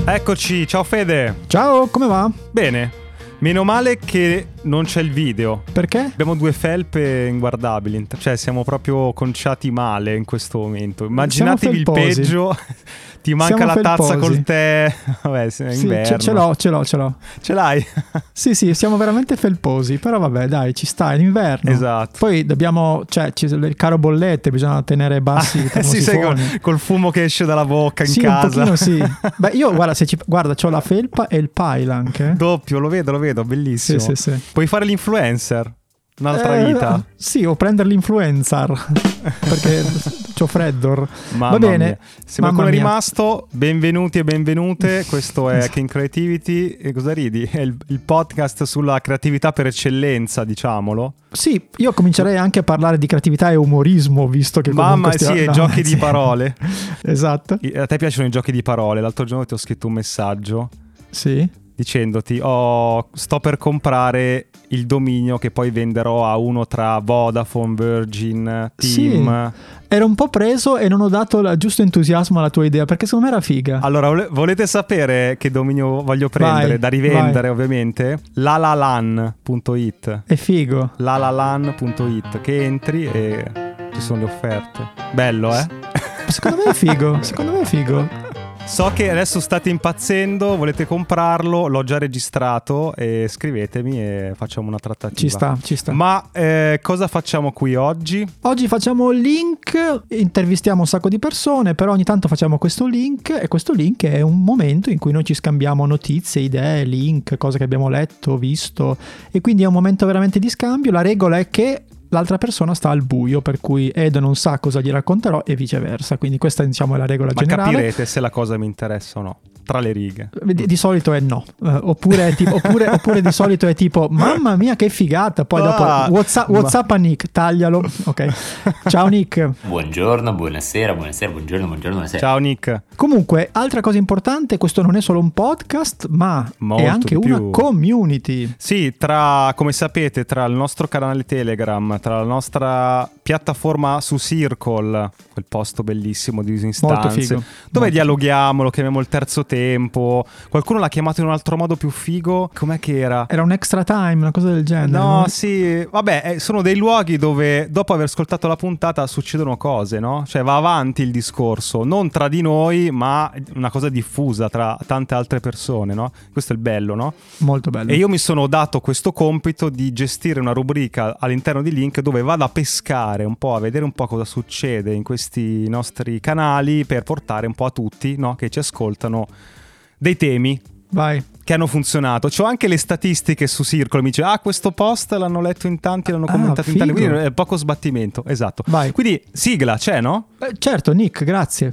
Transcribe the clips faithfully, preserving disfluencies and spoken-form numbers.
Eccoci, ciao Fede. Ciao, come va? Bene. Meno male che non c'è il video. Perché? Abbiamo due felpe inguardabili, cioè siamo proprio conciati male in questo momento. Immaginatevi il peggio. Ti manca siamo la felposi. tazza col tè. Vabbè, è sì, inverno. ce, ce l'ho, ce l'ho, ce l'ho. Ce l'hai? Sì, sì, siamo veramente felposi. Però vabbè, dai, ci sta, è l'inverno. Esatto. Poi dobbiamo, cioè, ci, il caro bollette, bisogna tenere bassi i ah, sì, sai, col, col fumo che esce dalla bocca in sì, casa. Un pochino sì. Beh, io guarda, se ci, guarda, c'ho la felpa e il pile anche. Doppio, lo vedo, lo vedo, bellissimo. Sì, sì, sì. Puoi fare l'influencer. Un'altra eh, vita. Sì, o prendere l'influencer perché c'ho freddor. Mamma Va bene. Mia. Se qualcuno è rimasto, benvenuti e benvenute. Questo è Hacking Creativity. E cosa ridi? È il, il podcast sulla creatività per eccellenza, diciamolo. Sì, io comincerei anche a parlare di creatività e umorismo, visto che Mamma, stiamo... sì, e no, giochi sì. di parole. Esatto. A te piacciono i giochi di parole? L'altro giorno ti ho scritto un messaggio. Sì. Dicendoti, oh, sto per comprare il dominio che poi venderò a uno tra Vodafone, Virgin, Team. Sì. Ero un po' preso e non ho dato il giusto entusiasmo alla tua idea, perché secondo me era figa. Allora, volete sapere che dominio voglio prendere? Vai, da rivendere, vai. ovviamente? lalalan punto it. È figo. lalalan punto it, che entri e ci sono le offerte. Bello, eh? Secondo me è figo, secondo me è figo. So che adesso state impazzendo, volete comprarlo, l'ho già registrato e scrivetemi e facciamo una trattativa. Ci sta, ci sta. Ma eh, cosa facciamo qui oggi? Oggi facciamo il link, intervistiamo un sacco di persone, però ogni tanto facciamo questo link e questo link è un momento in cui noi ci scambiamo notizie, idee, link, cose che abbiamo letto, visto, e quindi è un momento veramente di scambio. La regola è che l'altra persona sta al buio, per cui Edo non sa cosa gli racconterò e viceversa, quindi questa, diciamo, è la regola Ma generale. Ma capirete se la cosa mi interessa o no, tra le righe. Di, di solito è no, uh, oppure, è tipo, oppure, oppure di solito è tipo mamma mia che figata, poi dopo ah, WhatsApp, WhatsApp ma... a Nick, taglialo. Ok, ciao Nick. Buongiorno, buonasera, buonasera, buongiorno, buongiorno, buonasera. Ciao Nick. Comunque, altra cosa importante, questo non è solo un podcast, ma Molto è anche una community. Sì, tra, come sapete, tra il nostro canale Telegram, tra la nostra piattaforma su Circle, quel posto bellissimo di istanze, dove Molto dialoghiamo, figo. Lo chiamiamo il terzo tempo. Qualcuno l'ha chiamato in un altro modo più figo. Com'è che era? Era un extra time, una cosa del genere. No, no? Sì, vabbè, sono dei luoghi dove dopo aver ascoltato la puntata succedono cose, no? Cioè va avanti il discorso, non tra di noi, ma una cosa diffusa tra tante altre persone, no? Questo è il bello, no? Molto bello. E io mi sono dato questo compito di gestire una rubrica all'interno di Link dove vado a pescare un po', a vedere un po' cosa succede in questi nostri canali per portare un po' a tutti, no? Che ci ascoltano dei temi. Vai. Che hanno funzionato. C'ho anche le statistiche su Circle. Mi dice, ah, questo post l'hanno letto in tanti, l'hanno commentato ah, in tanti. Quindi è poco sbattimento. Esatto. Vai. Quindi sigla c'è, no? Eh, certo, Nick, grazie.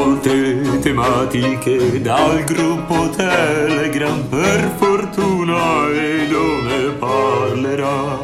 Molte tematiche dal gruppo Telegram, per fortuna Edo ne parlerà.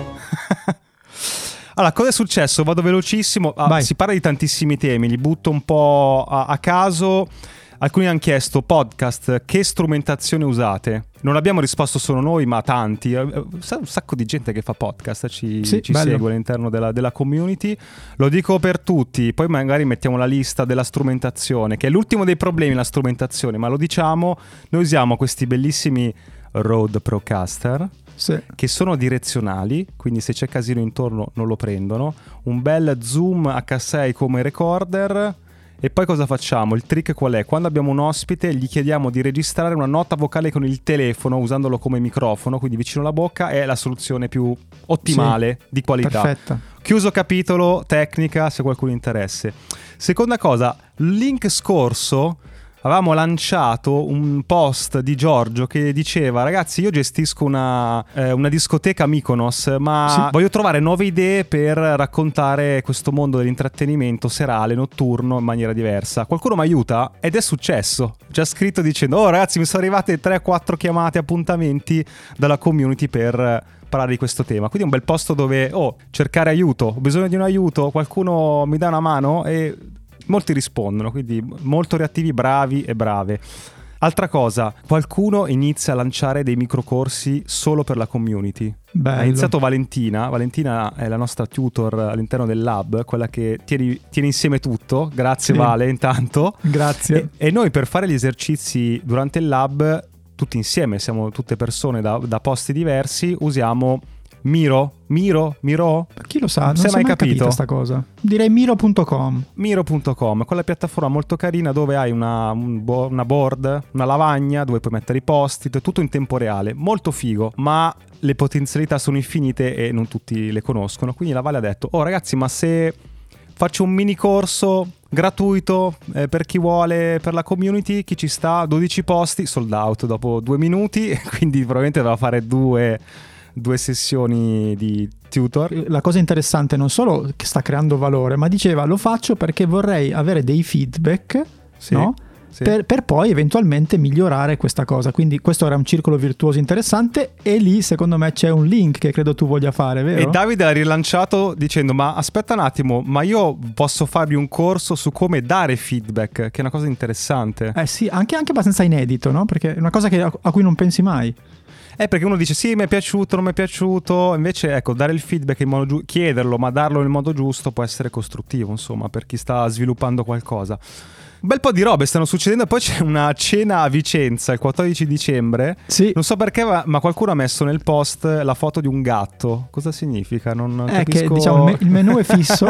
Allora, cosa è successo? Vado velocissimo. Ah, si parla di tantissimi temi, li butto un po' a, a caso. Alcuni hanno chiesto podcast, che strumentazione usate? Non abbiamo risposto solo noi, ma tanti. Un sacco di gente che fa podcast ci, sì, ci segue all'interno della, della community. Lo dico per tutti, poi magari mettiamo la lista della strumentazione, che è l'ultimo dei problemi, la strumentazione, ma lo diciamo, noi usiamo questi bellissimi Rode Procaster, sì. che sono direzionali, quindi se c'è casino intorno non lo prendono, un bel Zoom acca sei come recorder. E poi cosa facciamo? Il trick qual è? Quando abbiamo un ospite gli chiediamo di registrare una nota vocale con il telefono usandolo come microfono, quindi vicino alla bocca, è la soluzione più ottimale, sì, di qualità. Perfetta. Chiuso capitolo tecnica, se qualcuno interesse. Seconda cosa, link scorso avevamo lanciato un post di Giorgio che diceva: ragazzi, io gestisco una, eh, una discoteca a Mykonos, ma sì, voglio trovare nuove idee per raccontare questo mondo dell'intrattenimento serale, notturno, in maniera diversa. Qualcuno mi aiuta? Ed è successo. Ci ha scritto dicendo: oh ragazzi, mi sono arrivate tre quattro chiamate, appuntamenti dalla community per parlare di questo tema. Quindi è un bel posto dove, oh, cercare aiuto, ho bisogno di un aiuto, qualcuno mi dà una mano, e molti rispondono, quindi molto reattivi, bravi e brave. Altra cosa, qualcuno inizia a lanciare dei microcorsi solo per la community. Bello. Ha iniziato Valentina. Valentina è la nostra tutor all'interno del lab, quella che tiene, tiene insieme tutto. Grazie, sì. Vale, intanto. Grazie. E, e noi per fare gli esercizi durante il lab, tutti insieme, siamo tutte persone da, da posti diversi, usiamo Miro? Miro? Miro? Chi lo sa? Non si è mai, mai capito sta cosa. Direi Miro punto com. Miro punto com, quella piattaforma molto carina dove hai una, un bo- una board, una lavagna dove puoi mettere i post-it, tutto in tempo reale, molto figo, ma le potenzialità sono infinite e non tutti le conoscono. Quindi la Vale ha detto: oh ragazzi, ma se faccio un mini corso gratuito eh, per chi vuole, per la community, chi ci sta, dodici posti, sold out dopo due minuti, quindi probabilmente doveva fare due due sessioni di tutor. La cosa interessante non solo che sta creando valore, ma diceva lo faccio perché vorrei avere dei feedback, sì, no? Sì. Per, per poi eventualmente migliorare questa cosa. Quindi questo era un circolo virtuoso interessante, e lì secondo me c'è un link che credo tu voglia fare, vero? E Davide l'ha rilanciato dicendo: ma aspetta un attimo, ma io posso farvi un corso su come dare feedback, che è una cosa interessante. Eh sì, anche, anche abbastanza inedito, no? Perché è una cosa che, a cui non pensi mai. Eh, perché uno dice sì, mi è piaciuto, non mi è piaciuto. Invece, ecco, dare il feedback in modo giusto, chiederlo, ma darlo nel modo giusto può essere costruttivo, insomma, per chi sta sviluppando qualcosa. Un bel po' di robe stanno succedendo. Poi c'è una cena a Vicenza il quattordici dicembre. Sì. Non so perché, ma qualcuno ha messo nel post la foto di un gatto. Cosa significa? Non eh, capisco. Che diciamo il menù è fisso.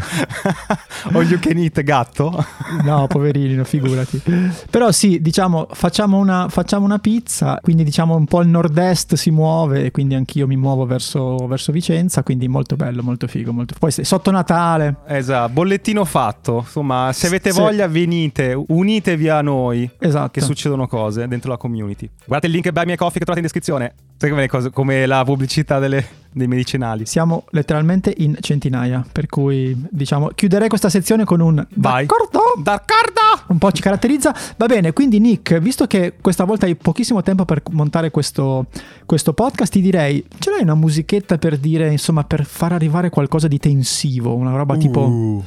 O you can eat gatto? No, poverino, figurati. Però sì, diciamo, facciamo una, facciamo una pizza. Quindi diciamo un po' il nord-est si muove, e quindi anch'io mi muovo verso, verso Vicenza. Quindi molto bello, molto figo, molto... Poi sotto Natale. Esatto, bollettino fatto. Insomma, se avete sì. voglia, venite. Unitevi a noi, esatto. Che succedono cose dentro la community. Guardate il link Buy Me a Coffee che trovate in descrizione. Sai come, le cose, come la pubblicità delle, dei medicinali. Siamo letteralmente in centinaia, per cui diciamo chiuderei questa sezione con un Vai. d'accordo, d'accordo, un po' ci caratterizza. Va bene, quindi Nick, visto che questa volta hai pochissimo tempo per montare questo, questo podcast, ti direi, ce l'hai una musichetta per dire, insomma, per far arrivare qualcosa di tensivo, una roba uh. tipo...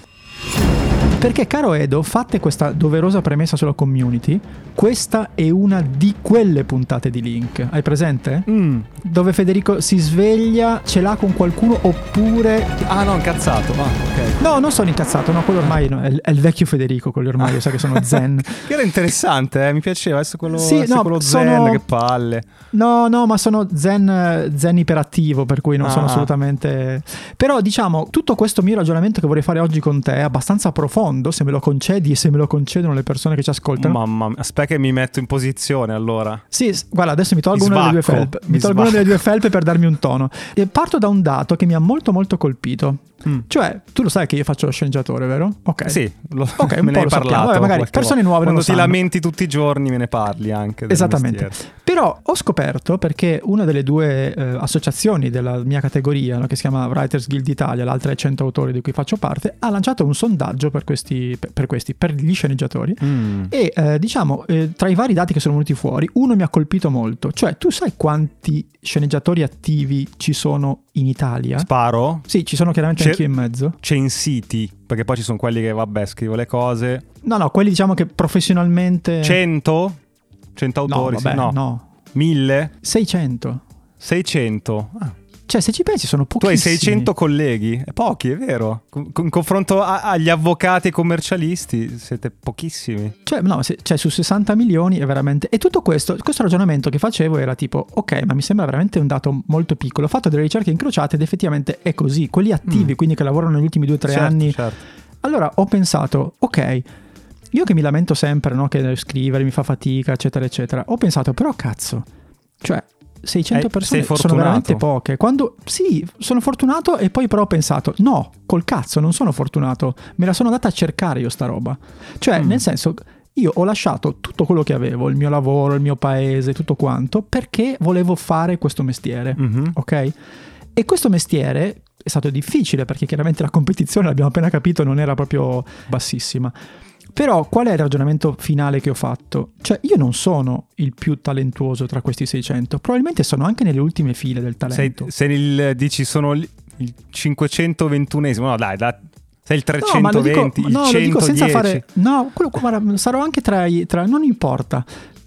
Perché, caro Edo, fatte questa doverosa premessa sulla community, questa è una di quelle puntate di Link. Hai presente? Mm. Dove Federico si sveglia, ce l'ha con qualcuno, oppure... Ah no, incazzato. Ah, ok. No, non sono incazzato, no, quello ormai no, è, il, è il vecchio Federico, quello ormai, io so che sono zen. Che era interessante, eh? Mi piaceva, adesso quello, sì, adesso no, quello sono... zen, che palle. No, no, ma sono zen, zen iperattivo, per cui non ah. sono assolutamente... Però diciamo, tutto questo mio ragionamento che vorrei fare oggi con te è abbastanza profondo, se me lo concedi e se me lo concedono le persone che ci ascoltano. Mamma mia, aspetta che mi metto in posizione allora. Sì, guarda, adesso mi tolgo mi una delle due sbacco, felpe. Mi, mi tolgo sbacco. una delle due felpe per darmi un tono. E parto da un dato che mi ha molto molto colpito. Mm. Cioè, tu lo sai che io faccio lo sceneggiatore, vero? Ok. Sì, lo, okay, un me po' ne hai lo parlato. Vabbè, magari persone volta. nuove Quando non lo ti sanno. lamenti tutti i giorni me ne parli anche. Esattamente. Mestiere. Però ho scoperto, perché una delle due eh, associazioni della mia categoria, no, che si chiama Writers Guild Italia, l'altra è cento autori di cui faccio parte, ha lanciato un sondaggio per questi, per, per questi, per gli sceneggiatori. Mm. E eh, diciamo, eh, tra i vari dati che sono venuti fuori, uno mi ha colpito molto. Cioè, tu sai quanti sceneggiatori attivi ci sono in Italia? Sparo? Sì, ci sono chiaramente c'è, anch'io in mezzo. C'è in siti, perché poi ci sono quelli che, vabbè, scrivo le cose. No, no, quelli diciamo che professionalmente... cento? cento autori? No, vabbè, sì, no. no. mille? seicento. seicento? Ah. Cioè, se ci pensi sono pochissimi. Tu hai seicento colleghi? È pochi, è vero. Con, in confronto a, agli avvocati e commercialisti siete pochissimi. Cioè, no, se, cioè su sessanta milioni è veramente... E tutto questo, questo ragionamento che facevo era tipo, ok, ma mi sembra veramente un dato molto piccolo. Ho fatto delle ricerche incrociate ed effettivamente è così. Quelli attivi, mm. quindi che lavorano negli ultimi due o tre certo, anni. Certo. Allora ho pensato, ok, io che mi lamento sempre, no, che scrivere mi fa fatica, eccetera, eccetera. Ho pensato, però cazzo, cioè... seicento persone sono veramente poche. Quando sì, sono fortunato, e poi però ho pensato no, col cazzo, non sono fortunato, me la sono andata a cercare io sta roba. Cioè, mm. nel senso, io ho lasciato tutto quello che avevo, il mio lavoro, il mio paese, tutto quanto, perché volevo fare questo mestiere, mm-hmm. ok? E questo mestiere è stato difficile, perché chiaramente la competizione, l'abbiamo appena capito, non era proprio bassissima. Però qual è il ragionamento finale che ho fatto? Cioè, io non sono il più talentuoso tra questi seicento, probabilmente sono anche nelle ultime file del talento. Sei, se il, dici sono il cinquecentoventunesimo, no dai, da, sei il trecentoventi, no, ma lo dico, il no, centodieci. Lo dico senza fare... No, quello, guarda, sarò anche tra i... Tra, non importa.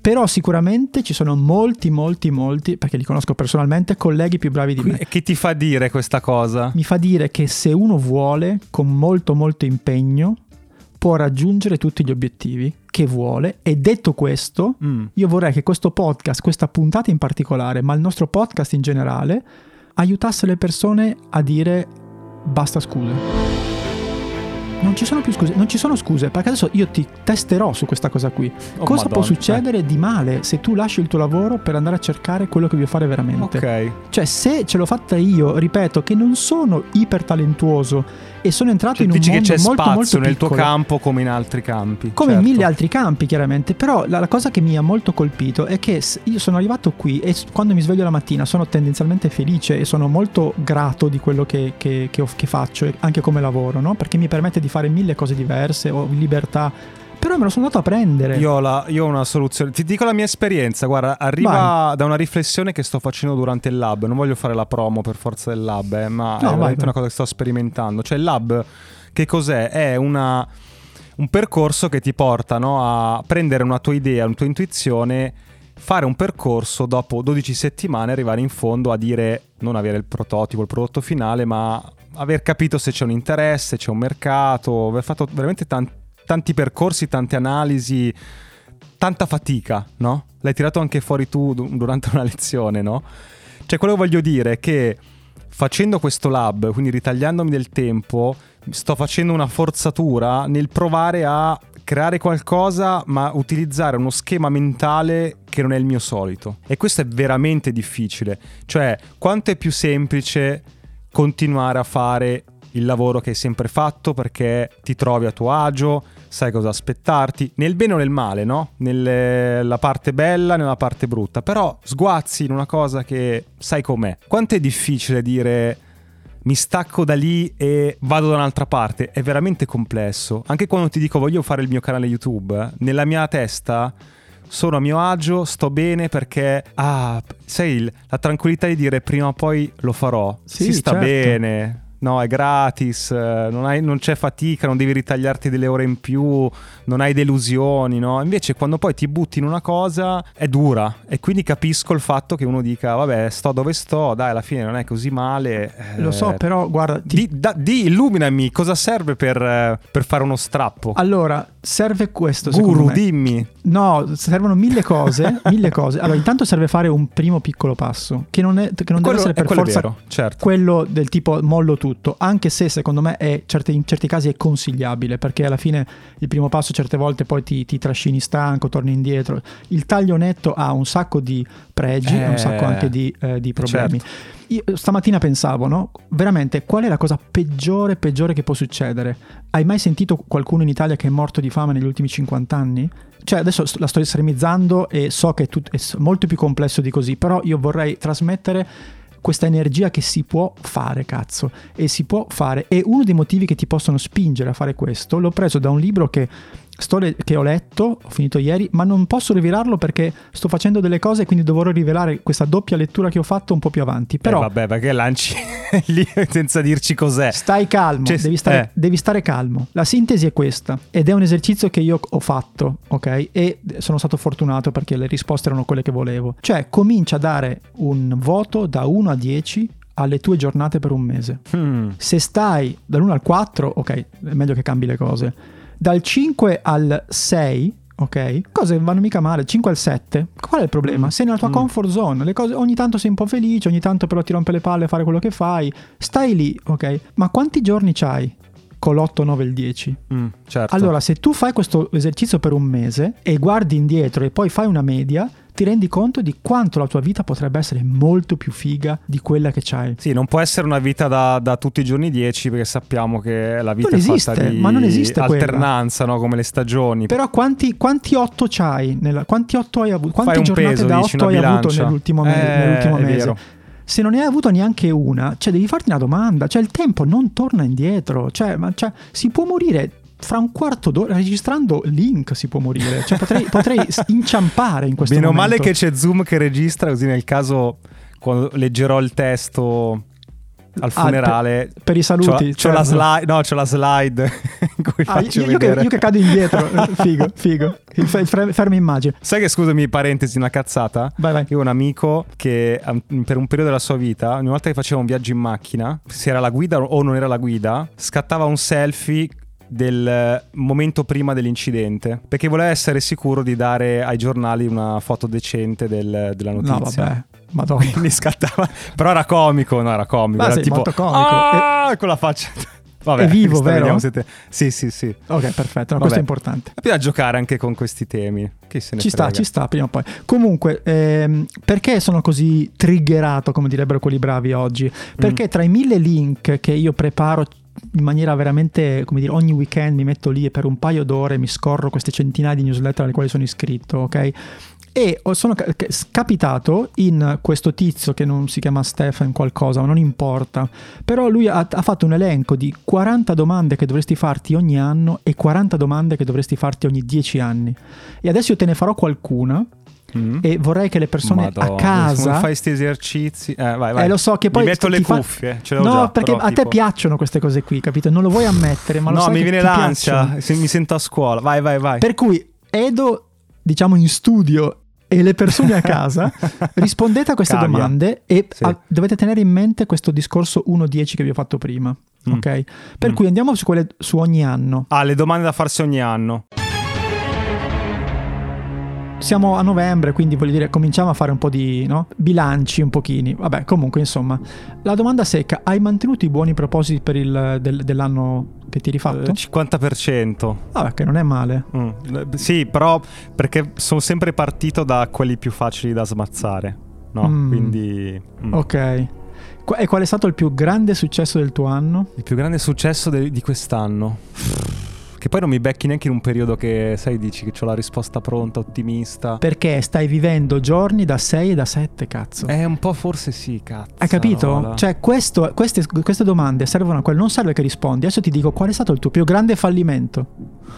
Però sicuramente ci sono molti, molti, molti, perché li conosco personalmente, colleghi più bravi di me. E che ti fa dire questa cosa? Mi fa dire che se uno vuole, con molto, molto impegno, può raggiungere tutti gli obiettivi che vuole. E detto questo, mm. io vorrei che questo podcast, questa puntata in particolare, ma il nostro podcast in generale, aiutasse le persone a dire basta scuse. Non ci sono più scuse, non ci sono scuse, perché adesso io ti testerò su questa cosa qui. Oh, cosa Madonna, può succedere eh. di male se tu lasci il tuo lavoro per andare a cercare quello che vuoi fare veramente? Ok. Cioè, se ce l'ho fatta io, ripeto, che non sono iper talentuoso e sono entrato cioè, in un dici mondo che c'è molto spazio molto nel piccolo, tuo campo come in altri campi. come certo. in mille altri campi, chiaramente. Però la, la cosa che mi ha molto colpito è che io sono arrivato qui e quando mi sveglio la mattina sono tendenzialmente felice e sono molto grato di quello che, che, che, ho, che faccio, anche come lavoro, no? Perché mi permette di fare mille cose diverse, ho libertà. Però me lo sono andato a prendere. Io ho, la, io ho una soluzione. Ti dico la mia esperienza. Guarda, arriva vai. da una riflessione che sto facendo durante il lab. Non voglio fare la promo per forza del lab, eh, ma no, è veramente vai, una cosa che sto sperimentando. Cioè il lab, che cos'è? È una, un percorso che ti porta, no, a prendere una tua idea, una tua intuizione, fare un percorso, dopo dodici settimane arrivare in fondo a dire, non avere il prototipo, il prodotto finale, ma aver capito se c'è un interesse, c'è un mercato, aver fatto veramente tanti, tanti percorsi, tante analisi, tanta fatica, no? L'hai tirato anche fuori tu durante una lezione, no? Cioè quello che voglio dire è che facendo questo lab, quindi ritagliandomi del tempo, sto facendo una forzatura nel provare a creare qualcosa, ma utilizzare uno schema mentale che non è il mio solito. E questo è veramente difficile. Cioè, quanto è più semplice continuare a fare il lavoro che hai sempre fatto perché ti trovi a tuo agio, sai cosa aspettarti, nel bene o nel male, no? Nella parte bella, nella parte brutta, però sguazzi in una cosa che sai com'è. Quanto è difficile dire mi stacco da lì e vado da un'altra parte, è veramente complesso. Anche quando ti dico voglio fare il mio canale YouTube, nella mia testa sono a mio agio, sto bene perché ah, sai, la tranquillità di dire prima o poi lo farò, sì, si sta certo. bene. No, è gratis, non, hai, non c'è fatica, non devi ritagliarti delle ore in più, non hai delusioni, no? Invece quando poi ti butti in una cosa è dura e quindi capisco il fatto che uno dica vabbè, sto dove sto, dai, alla fine non è così male. Lo so, eh, però guarda ti... di, da, di illuminami, cosa serve per, per fare uno strappo? Allora, serve questo, Guru, me. dimmi. No, servono mille cose, mille cose. Allora, intanto serve fare un primo piccolo passo, che non, è, che non deve essere per forza vero, certo. quello del tipo mollo tutto, anche se secondo me è, certe, in certi casi è consigliabile, perché alla fine il primo passo certe volte poi ti, ti trascini stanco, torni indietro. Il taglio netto ha un sacco di pregi e eh, un sacco anche di, eh, di problemi. Certo. Io stamattina pensavo, no? Veramente, qual è la cosa peggiore, peggiore che può succedere? Hai mai sentito qualcuno in Italia che è morto di fame negli ultimi cinquanta anni? Cioè, adesso la sto estremizzando e so che è, tut- è molto più complesso di così, però io vorrei trasmettere questa energia che si può fare, cazzo, e si può fare. E uno dei motivi che ti possono spingere a fare questo l'ho preso da un libro che sto le- che ho letto, ho finito ieri, ma non posso rivelarlo perché sto facendo delle cose e quindi dovrò rivelare questa doppia lettura che ho fatto un po' più avanti. Però eh vabbè, perché lanci lì senza dirci cos'è? Stai calmo, cioè, devi, stare, eh. devi stare calmo. La sintesi è questa ed è un esercizio che io ho fatto, ok? E sono stato fortunato perché le risposte erano quelle che volevo. Cioè, comincia a dare un voto da uno a dieci alle tue giornate per un mese. Hmm. Se stai dall'uno al quattro, ok, è meglio che cambi le cose. Dal cinque al sei, ok, cose vanno mica male. cinque al sette, qual è il problema? Sei nella tua mm. comfort zone, le cose, ogni tanto sei un po' felice, ogni tanto però ti rompe le palle fare quello che fai, stai lì, ok? Ma quanti giorni c'hai con l'otto, nove e il dieci? Mm, certo. Allora, se tu fai questo esercizio per un mese e guardi indietro e poi fai una media, ti rendi conto di quanto la tua vita potrebbe essere molto più figa di quella che c'hai. Sì, non può essere una vita da, da tutti i giorni dieci, perché sappiamo che la vita non è esiste, fatta di ma non esiste alternanza, no? Come le stagioni. Però quanti, quanti otto c'hai? Nella, quanti otto hai avuto? Quante giornate peso, da dici, otto hai bilancia. avuto nell'ultimo, me- eh, nell'ultimo mese? Vero. Se non ne hai avuto neanche una, cioè devi farti una domanda. Cioè il tempo non torna indietro. Cioè, ma, cioè si può morire fra un quarto d'ora, registrando link si può morire, cioè potrei, potrei inciampare in questo Meno momento. Male che c'è Zoom che registra, così nel caso quando leggerò il testo al funerale. Ah, per, per i saluti. C'ho, c'ho la certo. slide, no, c'ho la slide in cui Ah, faccio io, io, che, vedere. io che cado indietro. Figo, figo. Il, fe- il fre- ferma immagine. Sai che, scusami, parentesi, una cazzata? Vai, vai. Io ho un amico che um, per un periodo della sua vita, ogni volta che faceva un viaggio in macchina, se era la guida o non era la guida, scattava un selfie del momento prima dell'incidente, perché voleva essere sicuro di dare ai giornali una foto decente del, della notizia. No, vabbè. Madonna. Quindi scattava, però era comico, no, era comico, Ma era sì, tipo molto comico. ah, con la faccia. Vabbè, è vivo, sta, vero? vediamo se te... Sì, sì, sì. Ok, perfetto, no, Vabbè. questo è importante. Dobbiamo giocare anche con questi temi. Chi se ne Ci sta, frega. ci sta, prima o poi. Comunque, ehm, perché sono così triggerato, come direbbero quelli bravi oggi? Perché Mm. tra i mille link che io preparo in maniera veramente, come dire, ogni weekend mi metto lì e per un paio d'ore mi scorro queste centinaia di newsletter alle quali sono iscritto, ok? E sono ca- capitato in questo tizio che non si chiama Stefan qualcosa, ma non importa, però lui ha, ha fatto un elenco di quaranta domande che dovresti farti ogni anno e quaranta domande che dovresti farti ogni dieci anni. E adesso io te ne farò qualcuna Mm. e vorrei che le persone Madonna, a casa... come fai sti esercizi? Eh, vai, vai. Eh, lo so che poi mi metto ti le fa- cuffie, ce le ho no, già, perché però, a te tipo- piacciono queste cose qui, capito? Non lo vuoi ammettere, ma lo no, sai mi che viene ti l'ansia, piacciono. se mi sento a scuola. Vai, vai, vai. Per cui Edo, diciamo in studio, e le persone a casa, rispondete a queste Cambia. domande e Sì. a- dovete tenere in mente questo discorso uno dieci che vi ho fatto prima, Mm. ok? Per Mm. cui andiamo su quelle su ogni anno. Ah, le domande da farsi ogni anno. Siamo a novembre, quindi voglio dire, cominciamo a fare un po' di no? bilanci, un pochini. Vabbè, comunque, insomma, la domanda secca: hai mantenuto i buoni propositi per il del- dell'anno che ti eri fatto? Eh, cinquanta per cento. Vabbè, che non è male. Mm. Eh, Sì, però perché sono sempre partito da quelli più facili da smazzare, no? Mm. Quindi mm. Ok. Qu- E qual è stato il più grande successo del tuo anno? il più grande successo de- di quest'anno. Che poi non mi becchi neanche in un periodo che, sai, dici che ho la risposta pronta, ottimista. Perché stai vivendo giorni da sei e da sette, cazzo. Eh, un po' forse sì, cazzo. Hai capito? Cioè, questo, queste, queste domande servono a quello. Non serve che rispondi. Adesso ti dico qual è stato il tuo più grande fallimento.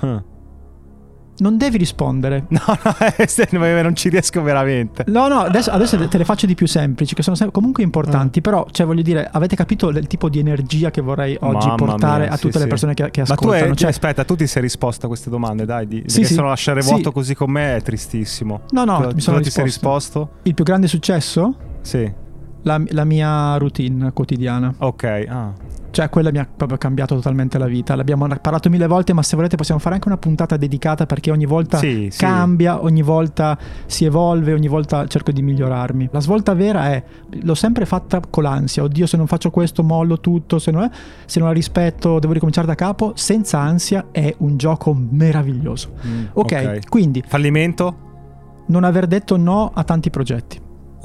Non devi rispondere. No, no, eh, se- non ci riesco veramente. No, no, adesso, adesso te le faccio di più semplici, che sono sem- comunque importanti. Però, cioè, voglio dire, avete capito il tipo di energia che vorrei oggi Mamma portare mia, a sì, tutte le sì. persone che, che Ma tu ascoltano? hai, Cioè, aspetta, tu ti sei risposto a queste domande, dai, di, Sì, perché sì. se no lasciare Sì. vuoto così con me è tristissimo. no, no, Cosa- mi sono cosa ti sei risposto. risposto? Il più grande successo? Sì. La, la mia routine quotidiana. Ok, ah. Cioè, quella mi ha proprio cambiato totalmente la vita. L'abbiamo parlato mille volte, ma se volete possiamo fare anche una puntata dedicata, perché ogni volta Sì, sì. cambia, ogni volta si evolve, ogni volta cerco di migliorarmi. La svolta vera è, l'ho sempre fatta con l'ansia. Oddio, se non faccio questo mollo tutto, se non, è, se non la rispetto devo ricominciare da capo. Senza ansia è un gioco meraviglioso. Mm, Ok, quindi Fallimento? non aver detto no a tanti progetti.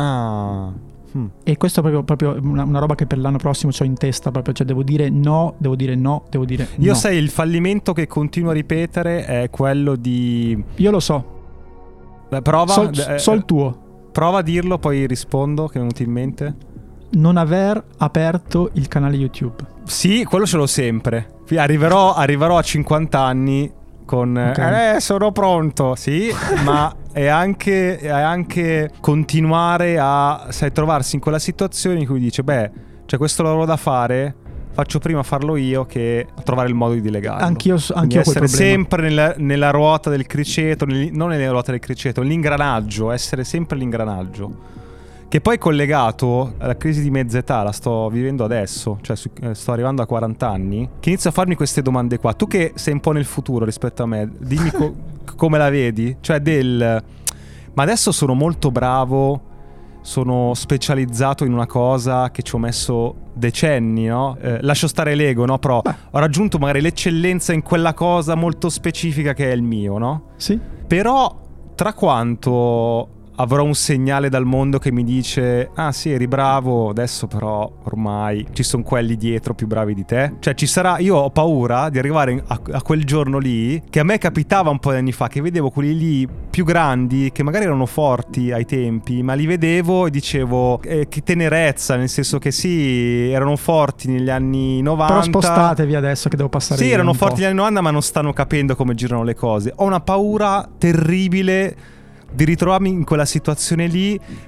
Ah. Mm. E questo è proprio, proprio una, una roba che per l'anno prossimo ho in testa, proprio, cioè devo dire no, devo dire no, devo dire no. Io sai, il fallimento che continuo a ripetere è quello di... Io lo so, Beh, prova, so, eh, so il tuo. prova a dirlo, poi rispondo, che mi è venuto in mente. Non aver aperto il canale YouTube. Sì, quello ce l'ho sempre. Fi- Arriverò, arriverò a cinquanta anni con Ok. eh, sono pronto, sì, ma è anche, è anche continuare a, sai, trovarsi in quella situazione in cui dice, beh, c'è questo lavoro da fare, faccio prima farlo io che trovare il modo di delegarlo. Anch'io, Quindi anch'io ho quel essere problema. sempre nella, nella ruota del criceto, nel- non nella ruota del criceto, l'ingranaggio, essere sempre l'ingranaggio. Che poi è collegato alla crisi di mezza età, la sto vivendo adesso, cioè su- eh, sto arrivando a quaranta anni, che inizio a farmi queste domande qua. Tu che sei un po' nel futuro rispetto a me, dimmi co- come la vedi? Cioè del... Ma adesso sono molto bravo, sono specializzato in una cosa che ci ho messo decenni, no? Eh, lascio stare l'ego, no? Però Beh. ho raggiunto magari l'eccellenza in quella cosa molto specifica che è il mio, no? Sì. Però tra quanto avrò un segnale dal mondo che mi dice ah sì, eri bravo, adesso però ormai ci sono quelli dietro più bravi di te? Cioè ci sarà, io ho paura di arrivare a, a quel giorno lì, che a me capitava un po' di anni fa, che vedevo quelli lì più grandi, che magari erano forti ai tempi, ma li vedevo e dicevo eh, che tenerezza, nel senso che sì, erano forti negli anni novanta. Però spostatevi adesso che devo passare Sì, io erano un forti po'. negli anni novanta, ma non stanno capendo come girano le cose. Ho una paura terribile di ritrovarmi in quella situazione lì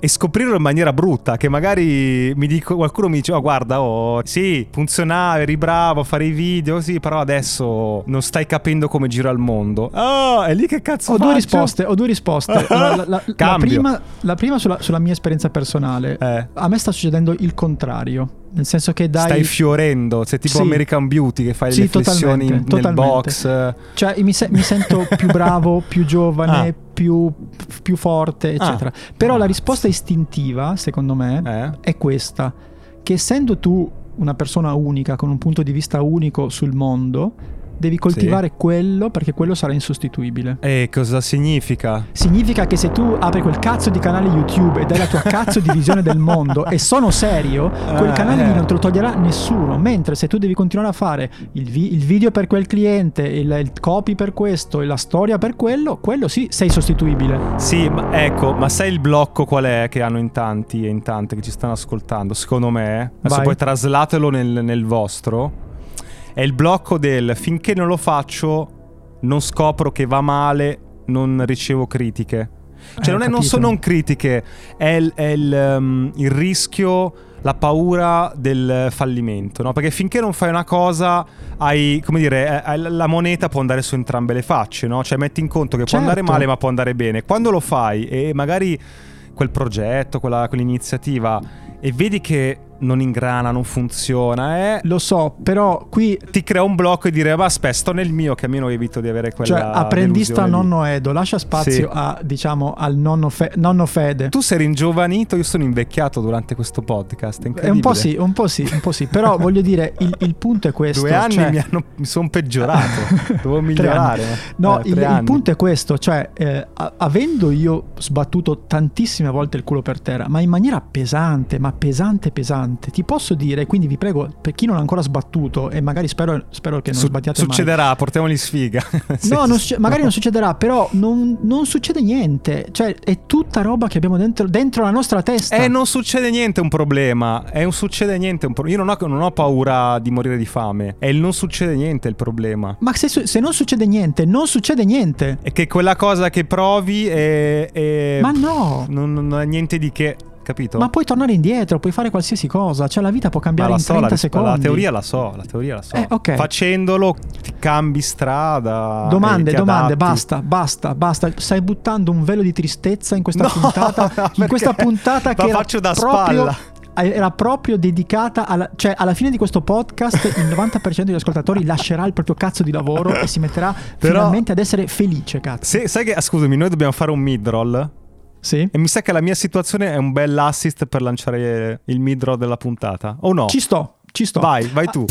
e scoprirlo in maniera brutta, che magari mi dico, qualcuno mi dice oh guarda oh sì funzionava, eri bravo a fare i video sì, però adesso non stai capendo come gira il mondo. Oh, è lì che cazzo ho faccio? due risposte ho due risposte la, la, la, la prima, la prima sulla, sulla mia esperienza personale. eh. A me sta succedendo il contrario, nel senso che dai stai fiorendo, sei tipo sì. American Beauty che fai sì, le flessioni totalmente, nel totalmente. box, cioè mi, se- mi sento più bravo, più giovane, ah. più, più forte eccetera. ah. Però ah. la risposta istintiva secondo me eh? è questa, che essendo tu una persona unica con un punto di vista unico sul mondo, devi coltivare sì. quello, perché quello sarà insostituibile. E cosa significa? Significa che se tu apri quel cazzo di canale YouTube ed è la tua cazzo di visione del mondo e sono serio, quel eh, canale eh. lì non te lo toglierà nessuno. Mentre se tu devi continuare a fare il, vi- il video per quel cliente, il, il copy per questo e la storia per quello, quello sì, sei sostituibile. Sì, ma ecco, ma sai il blocco qual è che hanno in tanti e in tante che ci stanno ascoltando? Secondo me, adesso Vai. poi traslatelo nel, nel vostro. È il blocco del finché non lo faccio, non scopro che va male, non ricevo critiche. Cioè Eh, non, è, non capito. sono non critiche, è, il, è il, um, il rischio, la paura del fallimento, no? Perché finché non fai una cosa, hai, come dire, hai, la moneta può andare su entrambe le facce, no? Cioè metti in conto che Certo. può andare male ma può andare bene. Quando lo fai e magari quel progetto, quella, quell'iniziativa, e vedi che non ingrana, non funziona, eh, Lo so, però qui ti crea un blocco e dire ma aspetta, sto nel mio che almeno evito di avere quella cioè apprendista delusione lì. nonno Edo, lascia spazio Sì. a diciamo al nonno, fe- nonno Fede. Tu sei ringiovanito, io sono invecchiato durante questo podcast, è È incredibile. un po' sì, un po' sì, un po' sì. Però voglio dire, il, il punto è questo. Due anni cioè... mi, hanno, mi sono peggiorato, devo Tre migliorare. anni. No, Eh, il, tre il anni. punto è questo, cioè eh, a- avendo io sbattuto tantissime volte il culo per terra, ma in maniera pesante, ma pesante pesante, ti posso dire, quindi vi prego, per chi non ha ancora sbattuto e magari spero, spero che non Su- sbattiate succederà, mai. Portiamogli sfiga. No, non succe- magari non succederà, però non, non succede niente. Cioè, è tutta roba che abbiamo dentro, dentro la nostra testa. Eh, non succede niente, è un problema. È un succede niente. Un pro- Io non ho, non ho paura di morire di fame. È il non succede niente il problema. Ma se, su- se non succede niente, non succede niente. È che quella cosa che provi è. è Ma no. Non, non è niente di che. Capito? Ma puoi tornare indietro, puoi fare qualsiasi cosa. Cioè, la vita può Ma cambiare la in so, trenta la, secondi. La teoria la so, la teoria la so. Eh, ok. Facendolo ti cambi strada. Domande, e ti domande, adatti. basta, basta, basta. Stai buttando un velo di tristezza in questa No, puntata. no, in questa perché puntata la che era faccio da proprio, spalla. era proprio dedicata alla, cioè alla fine di questo podcast il novanta per cento degli ascoltatori lascerà il proprio cazzo di lavoro e si metterà Però- finalmente ad essere felice, cazzo. Se, sai che, scusami, noi dobbiamo fare un mid-roll. Sì. E mi sa che la mia situazione è un bel assist per lanciare il mid-roll della puntata. O no? Ci sto, ci sto. Vai, vai tu.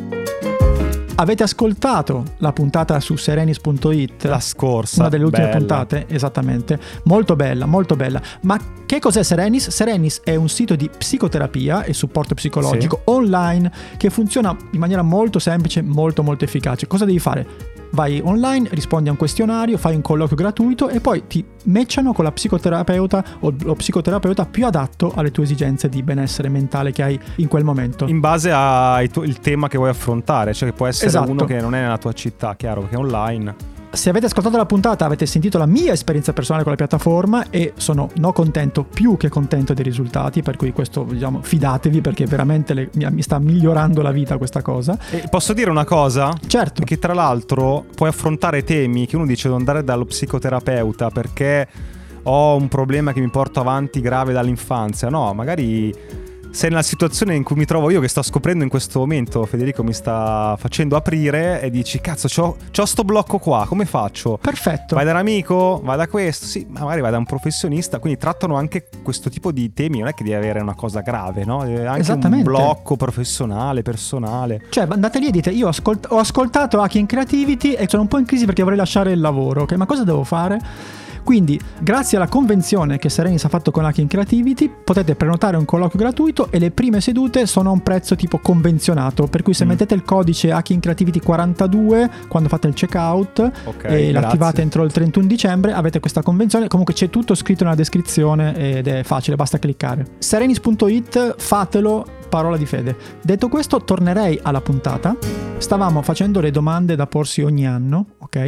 Avete ascoltato la puntata su serenis punto it? La scorsa. Una delle ultime bella. puntate, esattamente. Molto bella, molto bella. Ma che cos'è Serenis? Serenis è un sito di psicoterapia e supporto psicologico Sì. online che funziona in maniera molto semplice, molto molto efficace. Cosa devi fare? Vai online, rispondi a un questionario, fai un colloquio gratuito e poi ti matchano con la psicoterapeuta o lo psicoterapeuta più adatto alle tue esigenze di benessere mentale che hai in quel momento. In base al tema che vuoi affrontare, cioè che può essere Esatto. uno che non è nella tua città, chiaro, perché è online. Se avete ascoltato la puntata avete sentito la mia esperienza personale con la piattaforma e sono no contento più che contento dei risultati, per cui questo, diciamo, fidatevi perché veramente le, mi, mi sta migliorando la vita questa cosa. E posso dire una cosa? Certo. Che tra l'altro puoi affrontare temi che uno dice devo andare dallo psicoterapeuta perché ho un problema che mi porto avanti grave dall'infanzia. No, magari sei nella situazione in cui mi trovo io, che sto scoprendo in questo momento, Federico mi sta facendo aprire e dici cazzo c'ho, c'ho sto blocco qua, come faccio? Perfetto. Vai da un amico, vai da questo, sì, magari vai da un professionista, quindi trattano anche questo tipo di temi, non è che devi avere una cosa grave, no? È anche Esattamente. un blocco professionale, personale. Cioè andate lì e dite io ascolt- ho ascoltato Hacking Creativity e sono un po' in crisi perché vorrei lasciare il lavoro, ok? Ma cosa devo fare? Quindi, grazie alla convenzione che Serenis ha fatto con Hacking Creativity, potete prenotare un colloquio gratuito e le prime sedute sono a un prezzo tipo convenzionato, per cui se Mm. mettete il codice Hacking Creativity quarantadue quando fate il checkout Ok, e l'attivate grazie. entro il trentuno dicembre, avete questa convenzione. Comunque c'è tutto scritto nella descrizione ed è facile, basta cliccare. serenis punto it, fatelo, parola di fede. Detto questo, tornerei alla puntata. Stavamo facendo le domande da porsi ogni anno, ok?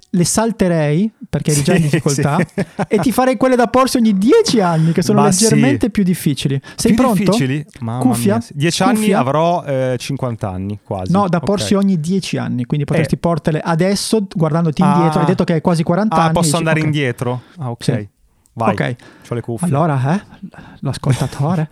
le salterei perché eri già in Sì, difficoltà sì. e ti farei quelle da porsi ogni dieci anni che sono Ma leggermente sì. più difficili. Sei Più pronto? difficili? Mamma Cuffia? mia, sì. dieci anni Cuffia? avrò eh, cinquanta anni quasi. No, da Ok. porsi ogni dieci anni, quindi potresti Eh. portele adesso guardandoti Ah. indietro. Hai detto che hai quasi quaranta Ah, anni. posso dici, andare ok. indietro? Ah, ok. Sì. Vai. Ok. C'ho le cuffie. Allora, eh, l'ascoltatore.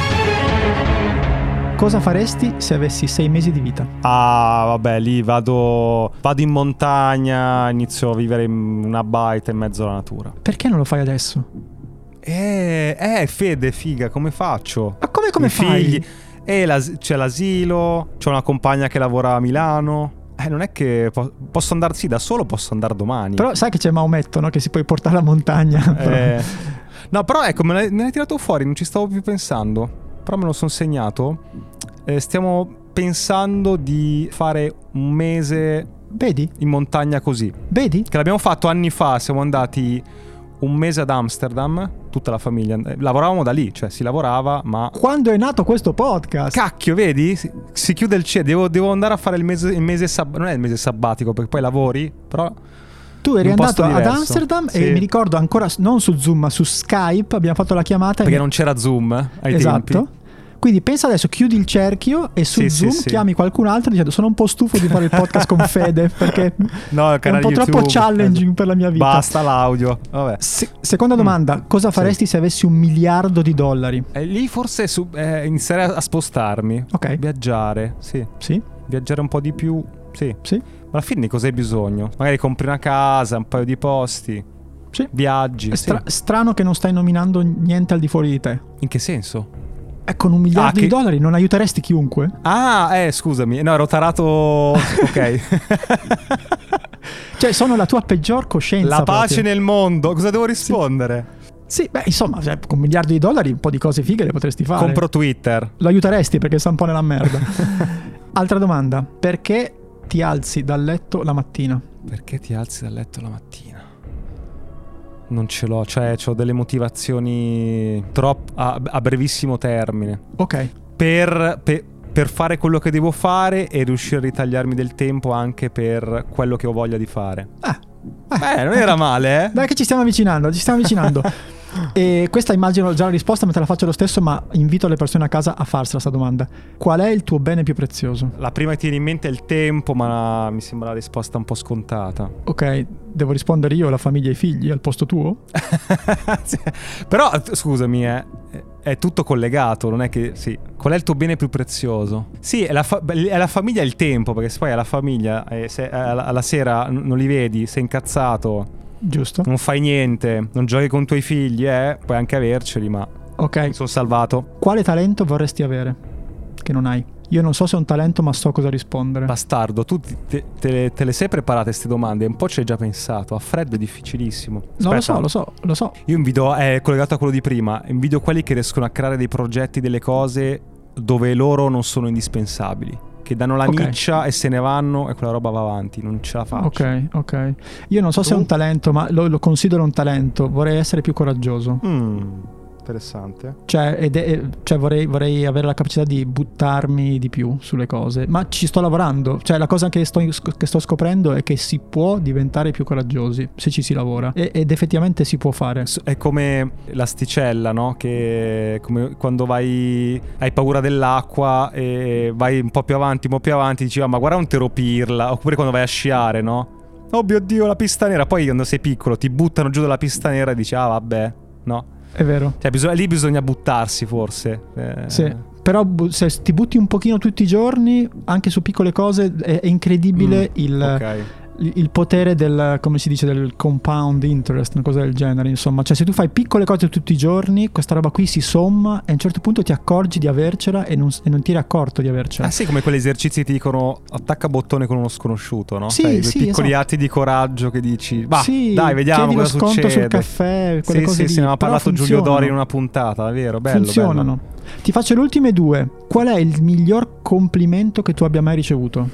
Cosa faresti se avessi sei mesi di vita? Ah, vabbè, lì vado vado in montagna, inizio a vivere in una baita in mezzo alla natura. Perché non lo fai adesso? Eh, eh, Fede, figa, come faccio? Ma come, come I fai? figli. Eh, l'as- c'è l'asilo, c'è una compagna che lavora a Milano. Eh, non è che po- posso andare, sì, da solo posso andare domani. Però sai che c'è Maometto, no? Che si puoi portare alla montagna. Eh, no, però ecco, me l'hai, me l'hai tirato fuori, non ci stavo più pensando. Però me lo sono segnato. Eh, stiamo pensando di fare un mese Vedi? in montagna così. Vedi? Che l'abbiamo fatto anni fa, siamo andati un mese ad Amsterdam, tutta la famiglia. Eh, Lavoravamo da lì, cioè si lavorava, ma... Quando è nato questo podcast? Cacchio, vedi? Si, si chiude il cielo, devo, devo andare a fare il mese, il mese sab- non è il mese sabbatico, perché poi lavori, però... Tu eri in un posto andato ad diverso. Amsterdam Sì. e mi ricordo ancora, non su Zoom, ma su Skype, abbiamo fatto la chiamata. Perché e... non c'era Zoom ai Esatto. tempi. Quindi pensa adesso, chiudi il cerchio e su Sì, Zoom sì, sì. chiami qualcun altro dicendo sono un po' stufo di fare il podcast con Fede perché No, il è un canale po' troppo YouTube. challenging per la mia vita. Basta l'audio. Vabbè. Se- seconda domanda, cosa faresti se avessi un miliardo di dollari? E lì forse su, eh, inizierei a, a spostarmi. Ok. Viaggiare, sì. Sì? Viaggiare un po' di più, sì. Sì? Ma alla fine di cosa hai bisogno? Magari compri una casa, un paio di posti, Sì. viaggi. È stra- sì. strano che non stai nominando niente al di fuori di te. In che senso? E con un miliardo Ah, di che- dollari non aiuteresti chiunque? Ah, eh, scusami. No, ero tarato... Ok. Cioè sono la tua peggior coscienza. La pace proprio. nel mondo. Cosa devo rispondere? Sì, beh, insomma, cioè, con un miliardo di dollari un po' di cose fighe le potresti fare. Compro Twitter. Lo aiuteresti perché sta un po' nella merda. Altra domanda. Perché ti alzi dal letto la mattina? Perché ti alzi dal letto la mattina? Non ce l'ho, cioè ho delle motivazioni troppo a, a brevissimo termine. Ok. Per, per, per fare quello che devo fare e riuscire a ritagliarmi del tempo anche per quello che ho voglia di fare. Ah, Eh, non era male, eh? dai che ci stiamo avvicinando, ci stiamo avvicinando. E questa immagino già la risposta, ma te la faccio lo stesso, ma invito le persone a casa a farsela sta domanda. Qual è il tuo bene più prezioso? La prima che ti viene in mente è il tempo, ma mi sembra la risposta un po' scontata. Ok, devo rispondere io, la famiglia e i figli, al posto tuo? Sì. Però, scusami, eh, è tutto collegato, non è che... Sì. Qual è il tuo bene più prezioso? Sì, è la, fa- è la famiglia e il tempo, perché se poi alla famiglia, eh, se alla, alla sera n- non li vedi, sei incazzato, Giusto? non fai niente, non giochi con i tuoi figli, eh, puoi anche averceli, ma Ok. mi sono salvato. Quale talento vorresti avere? Che non hai. Io non so se è un talento, ma so cosa rispondere. Bastardo, tu ti- te, te, le, te le sei preparate queste domande? Un po' ci hai già pensato, a freddo è difficilissimo. No, lo Aspetta. so, lo so, lo so. Io invidio, è collegato a quello di prima, invidio quelli che riescono a creare dei progetti, delle cose dove loro non sono indispensabili, che danno la Ok. miccia e se ne vanno e quella roba va avanti, non ce la faccio. Ok, ok. Io non so se è Tu? un talento, ma lo, lo considero un talento. Vorrei essere più coraggioso. Mm, interessante. Cioè, ed è- cioè vorrei, vorrei avere la capacità di buttarmi di più sulle cose. Ma ci sto lavorando. Cioè, la cosa che sto, che sto scoprendo è che si può diventare più coraggiosi se ci si lavora. E- ed effettivamente si può fare. È come l'asticella, no? Che come quando vai, hai paura dell'acqua e vai un po' più avanti, un po' più avanti, dici, ah, ma guarda un teropirla. Oppure quando vai a sciare, no? Oh mio Dio, la pista nera. Poi quando sei piccolo ti buttano giù dalla pista nera e dici, ah vabbè, no? È vero. Cioè, bisogna, lì bisogna buttarsi, forse. Eh, Sì. Però bu- se ti butti un pochino tutti i giorni, anche su piccole cose, è, è incredibile Mm, il, ok. il il potere del, come si dice, del compound interest, una cosa del genere, insomma. Cioè, se tu fai piccole cose tutti i giorni, questa roba qui si somma e a un certo punto ti accorgi di avercela e non, e non ti eri accorto di avercela. Ah sì, come quegli esercizi che ti dicono attacca bottone con uno sconosciuto, no? Sì, Sai, quei sì, piccoli esatto. atti di coraggio che dici, va, Sì, dai, vediamo chiedi lo cosa sconto succede. sul caffè, quelle sì, cose sì, lì. sì, ne aveva Però parlato Giulio funzionano. Dori in una puntata, è vero, bello, Funzionano. bello. Ti faccio le ultime due. Qual è il miglior complimento che tu abbia mai ricevuto?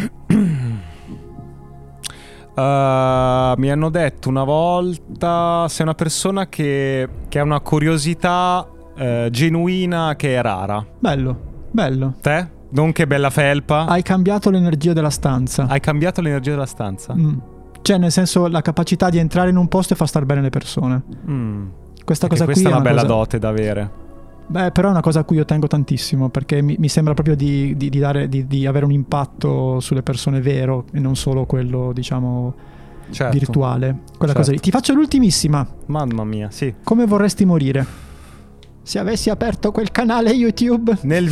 Uh, mi hanno detto una volta, sei una persona che, che ha una curiosità eh, genuina che è rara. Bello, bello. Te? Non che bella felpa. Hai cambiato l'energia della stanza. Hai cambiato l'energia della stanza. Mm. Cioè, nel senso, la capacità di entrare in un posto e far star bene le persone. Mm. Questa Perché cosa questa qui è una bella cosa... dote da avere. Beh, però è una cosa a cui io tengo tantissimo, perché mi, mi sembra proprio di, di, di, dare, di, di avere un impatto sulle persone vero e non solo quello, diciamo, certo. virtuale. Quella certo. cosa lì. Ti faccio l'ultimissima. Mamma mia, sì. Come vorresti morire? Se avessi aperto quel canale YouTube. Nel...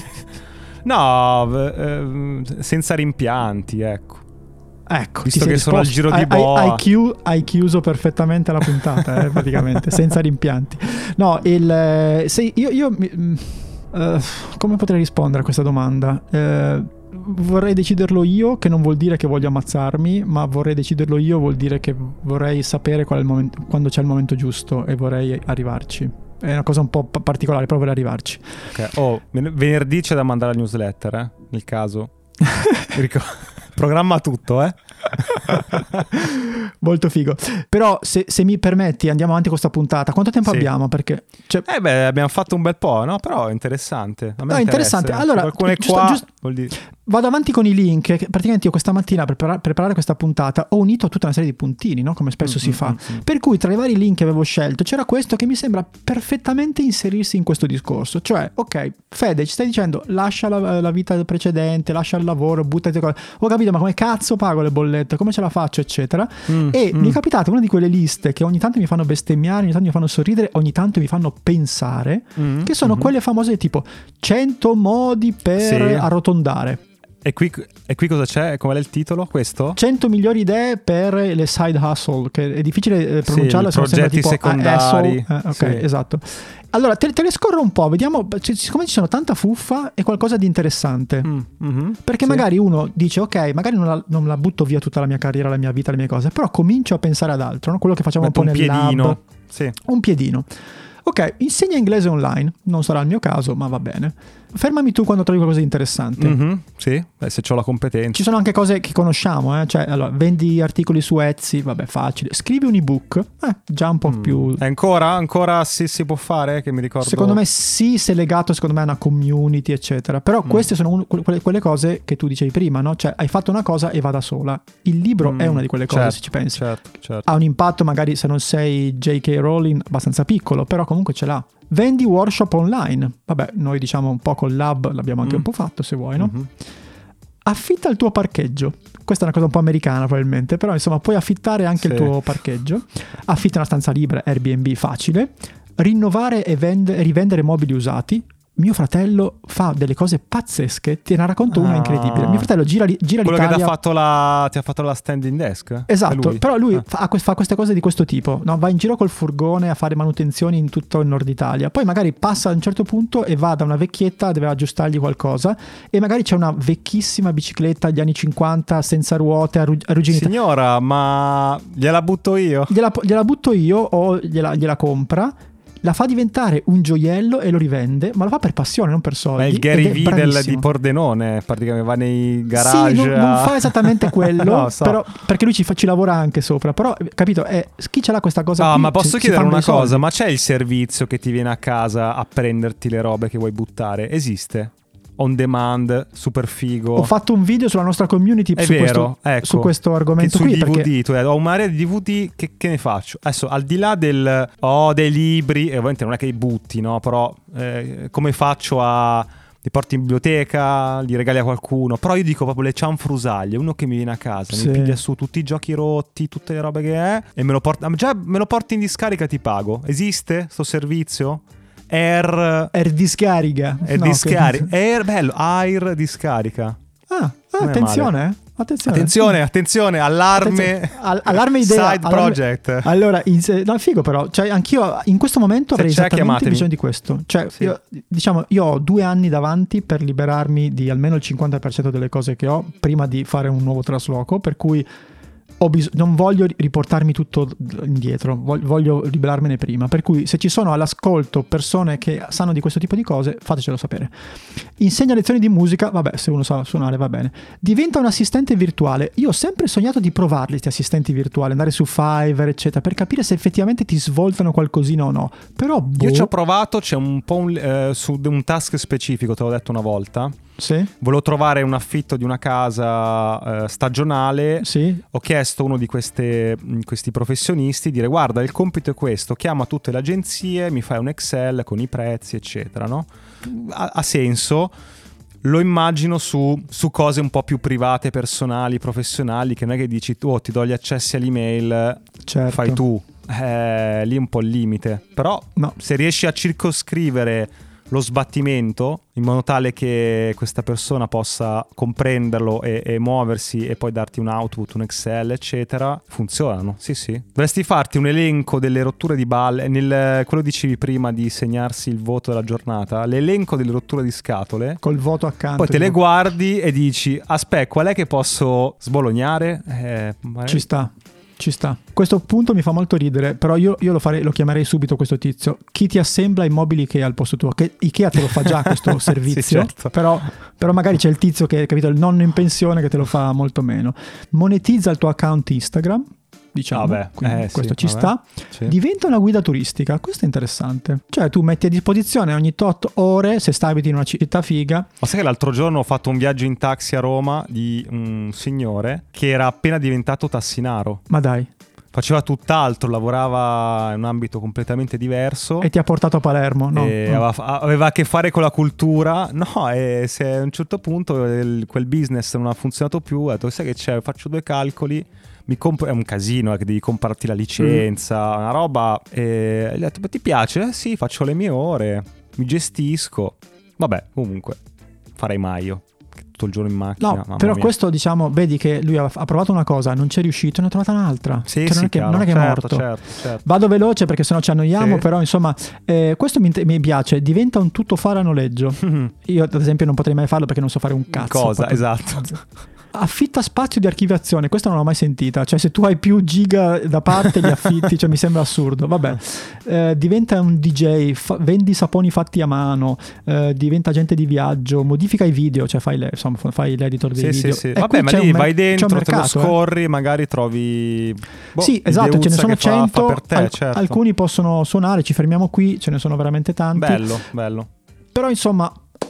no, eh, senza rimpianti, ecco. Ecco, visto che sono al giro di boa, hai, hai, chiu- hai chiuso perfettamente la puntata, eh, praticamente, senza rimpianti. No, il se io, io uh, come potrei rispondere a questa domanda? Uh, vorrei deciderlo io, che non vuol dire che voglio ammazzarmi, ma vorrei deciderlo io vuol dire che vorrei sapere qual è il momento, quando c'è il momento giusto, e vorrei arrivarci. È una cosa un po' particolare, però vorrei arrivarci. Okay. Oh, venerdì c'è da mandare la newsletter, eh, nel caso. Programma tutto, eh. Molto figo. Però se, se mi permetti andiamo avanti con questa puntata. Quanto tempo sì. abbiamo? Perché cioè... Eh beh, abbiamo fatto un bel po', no? Però è interessante. A me no, interessante. Allora, qualcuno giusto, qua giusto, vuol dire... vado avanti con i link. Praticamente io questa mattina per preparare, preparare questa puntata ho unito tutta una serie di puntini, no? Come spesso mm-hmm, si fa. Mm-hmm. Per cui tra i vari link che avevo scelto c'era questo che mi sembra perfettamente inserirsi in questo discorso. Cioè, ok, Fede, ci stai dicendo lascia la, la vita precedente, lascia il lavoro, buttati cose. Ho capito, ma come cazzo pago le bollette? Come ce la faccio, eccetera. Mm, e mm. mi è capitato una di quelle liste che ogni tanto mi fanno bestemmiare, ogni tanto mi fanno sorridere, ogni tanto mi fanno pensare, mm, che sono mm-hmm. quelle famose tipo cento modi per sì. arrotondare. E qui, e qui cosa c'è? Qual è il titolo? Questo? cento migliori idee per le side hustle, che è difficile pronunciarlo, sì, progetti tipo secondari. Eh, ok, sì. esatto. Allora, te, te le scorro un po', vediamo, siccome ci sono tanta fuffa è qualcosa di interessante. Mm, mm-hmm, perché sì. magari uno dice, ok, magari non la, non la butto via tutta la mia carriera, la mia vita, le mie cose, però comincio a pensare ad altro, no? Quello che facciamo Metto un po' nel piedino. lab. Sì. Un piedino. Ok, insegna inglese online, non sarà il mio caso, ma va bene. Fermami tu quando trovi qualcosa di interessante. Mm-hmm, sì, beh, se ho la competenza. Ci sono anche cose che conosciamo, eh? Cioè, allora, vendi articoli su Etsy, vabbè, facile. Scrivi un ebook, eh, già un po' mm. più... È ancora? Ancora sì, si può fare, che mi ricordo... Secondo me sì, se legato, secondo me, a una community, eccetera. Però mm. queste sono un, quelle, quelle cose che tu dicevi prima, no? Cioè, hai fatto una cosa e va da sola. Il libro mm. è una di quelle cose, certo, se ci pensi. Certo, certo. Ha un impatto, magari, se non sei J K Rowling, abbastanza piccolo, però comunque ce l'ha. Vendi workshop online. Vabbè, noi diciamo un po' col lab l'abbiamo anche mm. un po' fatto, se vuoi, no? Mm-hmm. Affitta il tuo parcheggio. Questa è una cosa un po' americana probabilmente, però insomma puoi affittare anche sì. il tuo parcheggio. Affitta una stanza libera, Airbnb, facile. Rinnovare e vend- rivendere mobili usati. Mio fratello fa delle cose pazzesche, te ne racconto ah. una incredibile. Mio fratello gira, gira Quello l'Italia. Quello che ti ha fatto la, ti ha fatto la standing desk? Esatto, lui? però lui ah. fa, fa queste cose di questo tipo, no? Va in giro col furgone a fare manutenzioni in tutto il nord Italia, poi magari passa a un certo punto e va da una vecchietta, deve aggiustargli qualcosa, e magari c'è una vecchissima bicicletta degli anni cinquanta senza ruote, arrugginita. Signora, ma gliela butto io? Gliela, gliela butto io o gliela, gliela compra, la fa diventare un gioiello e lo rivende, ma lo fa per passione, non per soldi. Ma è il Gary Vee del, di Pordenone, praticamente va nei garage. Sì, non, a... non fa esattamente quello, no, so. però, perché lui ci, fa, ci lavora anche sopra. Però, capito, è, chi ce l'ha questa cosa? Ah, qui, ma posso ci, chiedere una cosa? soldi. Ma c'è il servizio che ti viene a casa a prenderti le robe che vuoi buttare? Esiste? On demand, super figo. Ho fatto un video sulla nostra community è su, vero, questo, ecco, su questo argomento che qui. Su D V D, perché... tu hai, ho un marea di D V D, che, che ne faccio? Adesso, al di là del ho oh, dei libri, e ovviamente non è che li butti, no? Però eh, come faccio a... li porti in biblioteca, li regali a qualcuno. Però io dico proprio le cianfrusaglie, uno che mi viene a casa, sì. mi piglia su tutti i giochi rotti, tutte le robe che è, e me lo porta, già me lo porti in discarica, ti pago. Esiste sto servizio? Air Air discarica Air no, discarica che... Air bello Air discarica ah, ah attenzione eh? attenzione attenzione attenzione allarme attenzione. All- allarme idea side allarme... project allora in se... no, figo però cioè anch'io in questo momento se avrei esattamente chiamatemi. bisogno di questo cioè sì. io, diciamo io ho due anni davanti per liberarmi di almeno il cinquanta per cento delle cose che ho prima di fare un nuovo trasloco, per cui ho bis- non voglio riportarmi tutto indietro, voglio, voglio liberarmene prima, per cui se ci sono all'ascolto persone che sanno di questo tipo di cose, fatecelo sapere. Insegna lezioni di musica, vabbè, se uno sa suonare va bene. Diventa un assistente virtuale. Io ho sempre sognato di provarli questi assistenti virtuali, andare su Fiverr eccetera, per capire se effettivamente ti svoltano qualcosina o no. Però boh. Io ci ho provato, c'è un po' un, eh, su un task specifico, te l'ho detto una volta, Sì. Volevo trovare un affitto di una casa eh, stagionale. Sì. Ho chiesto a uno di queste, questi professionisti di dire: guarda, il compito è questo, chiama tutte le agenzie, mi fai un Excel con i prezzi eccetera, no? Ha, ha senso. Lo immagino su, su cose un po' più private, personali, professionali, che non è che dici tu oh, ti do gli accessi all'email, certo. fai tu. Eh, lì è un po' il limite. Però no. se riesci a circoscrivere lo sbattimento in modo tale che questa persona possa comprenderlo e, e muoversi e poi darti un output, un Excel eccetera, funzionano. Sì sì. Dovresti farti un elenco delle rotture di balle nel, quello dicevi prima di segnarsi il voto della giornata, l'elenco delle rotture di scatole col voto accanto, poi te le guardi e dici aspetta, qual è che posso sbolognare? Eh, magari... ci sta. Ci sta. Questo punto mi fa molto ridere, però io, io lo, farei, lo chiamerei subito questo tizio. Chi ti assembla i mobili Ikea al posto tuo? Che Ikea te lo fa già questo servizio, sì, certo. però, però magari c'è il tizio che, capito, il nonno in pensione che te lo fa molto meno. Monetizza il tuo account Instagram, diciamo, vabbè, quindi eh, questo sì, ci vabbè. sta. Sì. Diventa una guida turistica, questo è interessante. Cioè tu metti a disposizione ogni tot ore, se stai in una città figa. Ma sai che l'altro giorno ho fatto un viaggio in taxi a Roma di un signore che era appena diventato tassinaro. Ma dai. Faceva tutt'altro, lavorava in un ambito completamente diverso. E ti ha portato a Palermo, no? E no. Aveva, aveva a che fare con la cultura. No, e se a un certo punto il, quel business non ha funzionato più, ha detto sai che c'è, faccio due calcoli, mi compro, è un casino eh, che devi comprarti la licenza, mm. una roba. E gli ho detto, ma ti piace? Eh, sì, faccio le mie ore, mi gestisco. Vabbè, comunque, farei mai io. Tutto il giorno in macchina. No, però mia. Questo diciamo, vedi che lui ha, ha provato una cosa, non c'è riuscito, ne ha trovata un'altra. Sì, cioè, sì, non, è che, chiaro, non è che è certo, morto. Certo, certo. Vado veloce perché sennò ci annoiamo, sì. Però insomma, eh, questo mi, mi piace, diventa un tuttofare a noleggio. Mm-hmm. Io ad esempio non potrei mai farlo perché non so fare un cazzo. Cosa, proprio... esatto. Affitta spazio di archiviazione, questa non l'ho mai sentita, cioè se tu hai più giga da parte li affitti, cioè mi sembra assurdo, vabbè. Eh, diventa un D J, fa- vendi saponi fatti a mano, eh, diventa agente di viaggio, modifica i video, cioè fai, le, insomma, fai l'editor dei sì, video. Sì, sì. E vabbè, ma lì mer- vai dentro, mercato, te lo scorri, eh. magari trovi boh, sì, esatto, ce ne sono cento, fa, fa per te, al- certo. Alcuni possono suonare, ci fermiamo qui, ce ne sono veramente tanti. Bello, bello. Però insomma,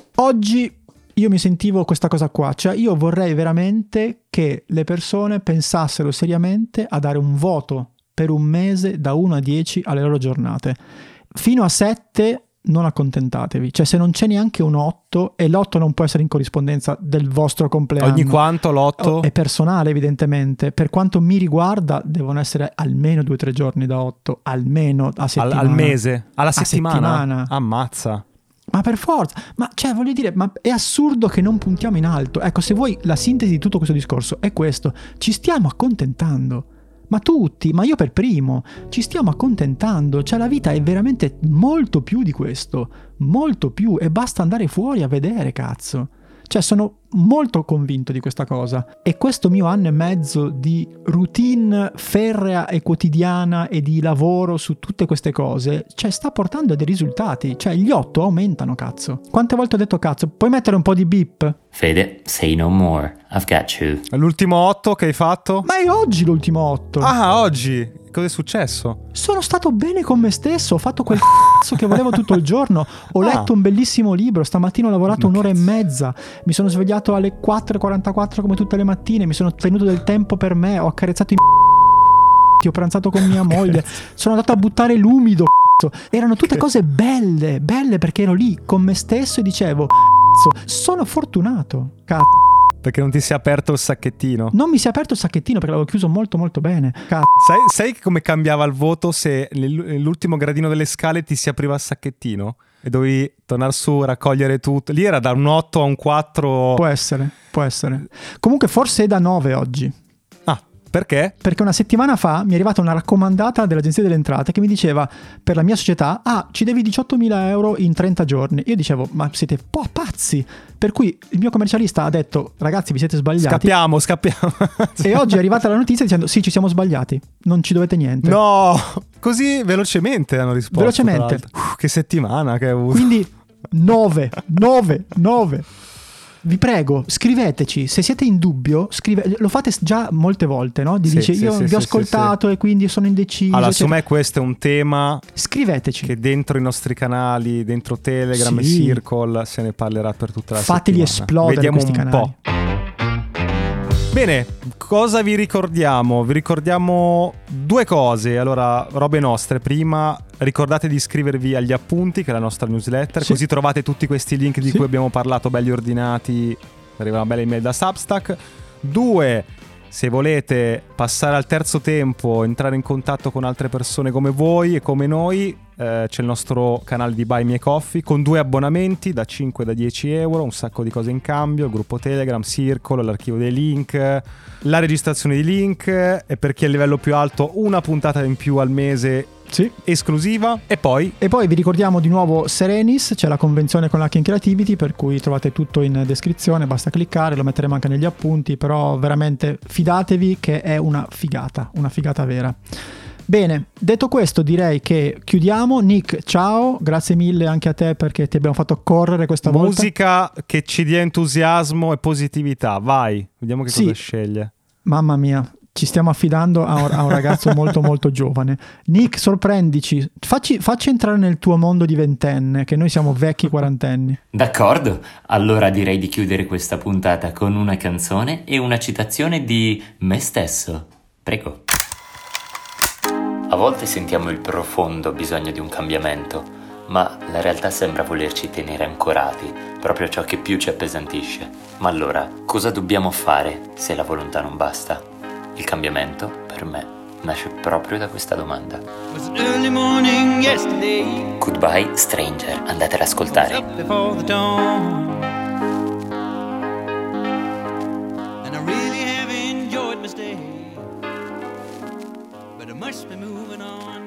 oggi io mi sentivo questa cosa qua, cioè io vorrei veramente che le persone pensassero seriamente a dare un voto per un mese da uno a dieci alle loro giornate. Fino a sette non accontentatevi, cioè se non c'è neanche un otto, e l'otto non può essere in corrispondenza del vostro compleanno. Ogni quanto l'otto? È personale evidentemente, per quanto mi riguarda devono essere almeno due o tre giorni da otto, almeno a settimana. Al, al mese? Alla settimana? settimana. Ammazza. Ma per forza, ma cioè voglio dire, ma è assurdo che non puntiamo in alto. Ecco, se vuoi la sintesi di tutto questo discorso è questo: ci stiamo accontentando, ma tutti, ma io per primo, ci stiamo accontentando. Cioè la vita è veramente molto più di questo, molto più, e basta andare fuori a vedere, cazzo. Cioè sono molto convinto di questa cosa, e questo mio anno e mezzo di routine ferrea e quotidiana e di lavoro su tutte queste cose, cioè sta portando dei risultati. Cioè gli otto aumentano, cazzo. Quante volte ho detto cazzo? Puoi mettere un po' di beep? Fede, say no more, I've got you. L'ultimo otto che hai fatto? Ma è oggi l'ultimo otto. Ah, oggi? Cosa è successo? Sono stato bene con me stesso, ho fatto quel cazzo che volevo tutto il giorno, ho ah. letto un bellissimo libro, stamattina ho lavorato Ma un'ora cazzo. e mezza, mi sono svegliato alle quattro e quarantaquattro come tutte le mattine, mi sono tenuto del tempo per me, ho accarezzato i ho pranzato con mia moglie, sono andato a buttare l'umido, erano tutte cose belle, belle perché ero lì con me stesso e dicevo sono fortunato, cazzo. Perché non ti si è aperto il sacchettino? Non mi si è aperto il sacchettino perché l'avevo chiuso molto molto bene. Cazzo. Sai, sai come cambiava il voto se nell'ultimo gradino delle scale ti si apriva il sacchettino? E dovevi tornare su, raccogliere tutto. Lì era da un otto a un quattro. Può essere, può essere. Comunque forse è da nove oggi. Perché? Perché una settimana fa mi è arrivata una raccomandata dell'Agenzia delle Entrate che mi diceva per la mia società, ah, ci devi diciottomila euro in trenta giorni. Io dicevo, ma siete po' pazzi. Per cui il mio commercialista ha detto, ragazzi, vi siete sbagliati. Scappiamo, scappiamo. E oggi è arrivata la notizia dicendo, sì, ci siamo sbagliati, non ci dovete niente. No, così velocemente hanno risposto. Velocemente. Uff, che settimana che hai avuto. Quindi nove, nove, nove. vi prego, scriveteci. Se siete in dubbio, scrive... lo fate già molte volte, no? Di Sì, dice sì, io sì, vi sì, ho sì, ascoltato sì. e quindi sono indeciso. Allora, eccetera. secondo me questo è un tema Scriveteci. che dentro i nostri canali, dentro Telegram Sì. e Circle se ne parlerà per tutta la Fateli settimana. esplodere Vediamo questi un canali. po'. Bene, cosa vi ricordiamo? Vi ricordiamo due cose. Allora, robe nostre. Prima, ricordate di iscrivervi agli appunti, che è la nostra newsletter, Sì. così trovate tutti questi link di Sì. cui abbiamo parlato, belli ordinati. Arriva una bella email da Substack. Due, se volete passare al terzo tempo, entrare in contatto con altre persone come voi e come noi, eh, c'è il nostro canale di Buy Me a Coffee con due abbonamenti da cinque e da dieci euro, un sacco di cose in cambio, il gruppo Telegram, Circle, l'archivio dei link, la registrazione di link, e per chi è a livello più alto una puntata in più al mese Sì. esclusiva. E poi E poi vi ricordiamo di nuovo Serenis, c'è la convenzione con Hacking Creativity, per cui trovate tutto in descrizione, basta cliccare, lo metteremo anche negli appunti, però veramente fidatevi che è una figata, una figata vera. Bene, detto questo direi che chiudiamo. Nick, ciao, grazie mille anche a te perché ti abbiamo fatto correre questa volta. musica che ci dia entusiasmo e positività. Vai, vediamo che Sì. cosa sceglie. Mamma mia, ci stiamo affidando a un, a un ragazzo molto molto giovane. Nick, sorprendici, facci, facci entrare nel tuo mondo di ventenne, che noi siamo vecchi quarantenni. D'accordo, allora direi di chiudere questa puntata con una canzone e una citazione di me stesso. Prego. A volte sentiamo il profondo bisogno di un cambiamento, ma la realtà sembra volerci tenere ancorati, proprio ciò che più ci appesantisce. Ma allora, cosa dobbiamo fare se la volontà non basta? Il cambiamento, per me, nasce proprio da questa domanda. Was an early morning yesterday. Goodbye Stranger, andate ad ascoltare. Up before the dawn. And I really have enjoyed my stay. But I must be moving on.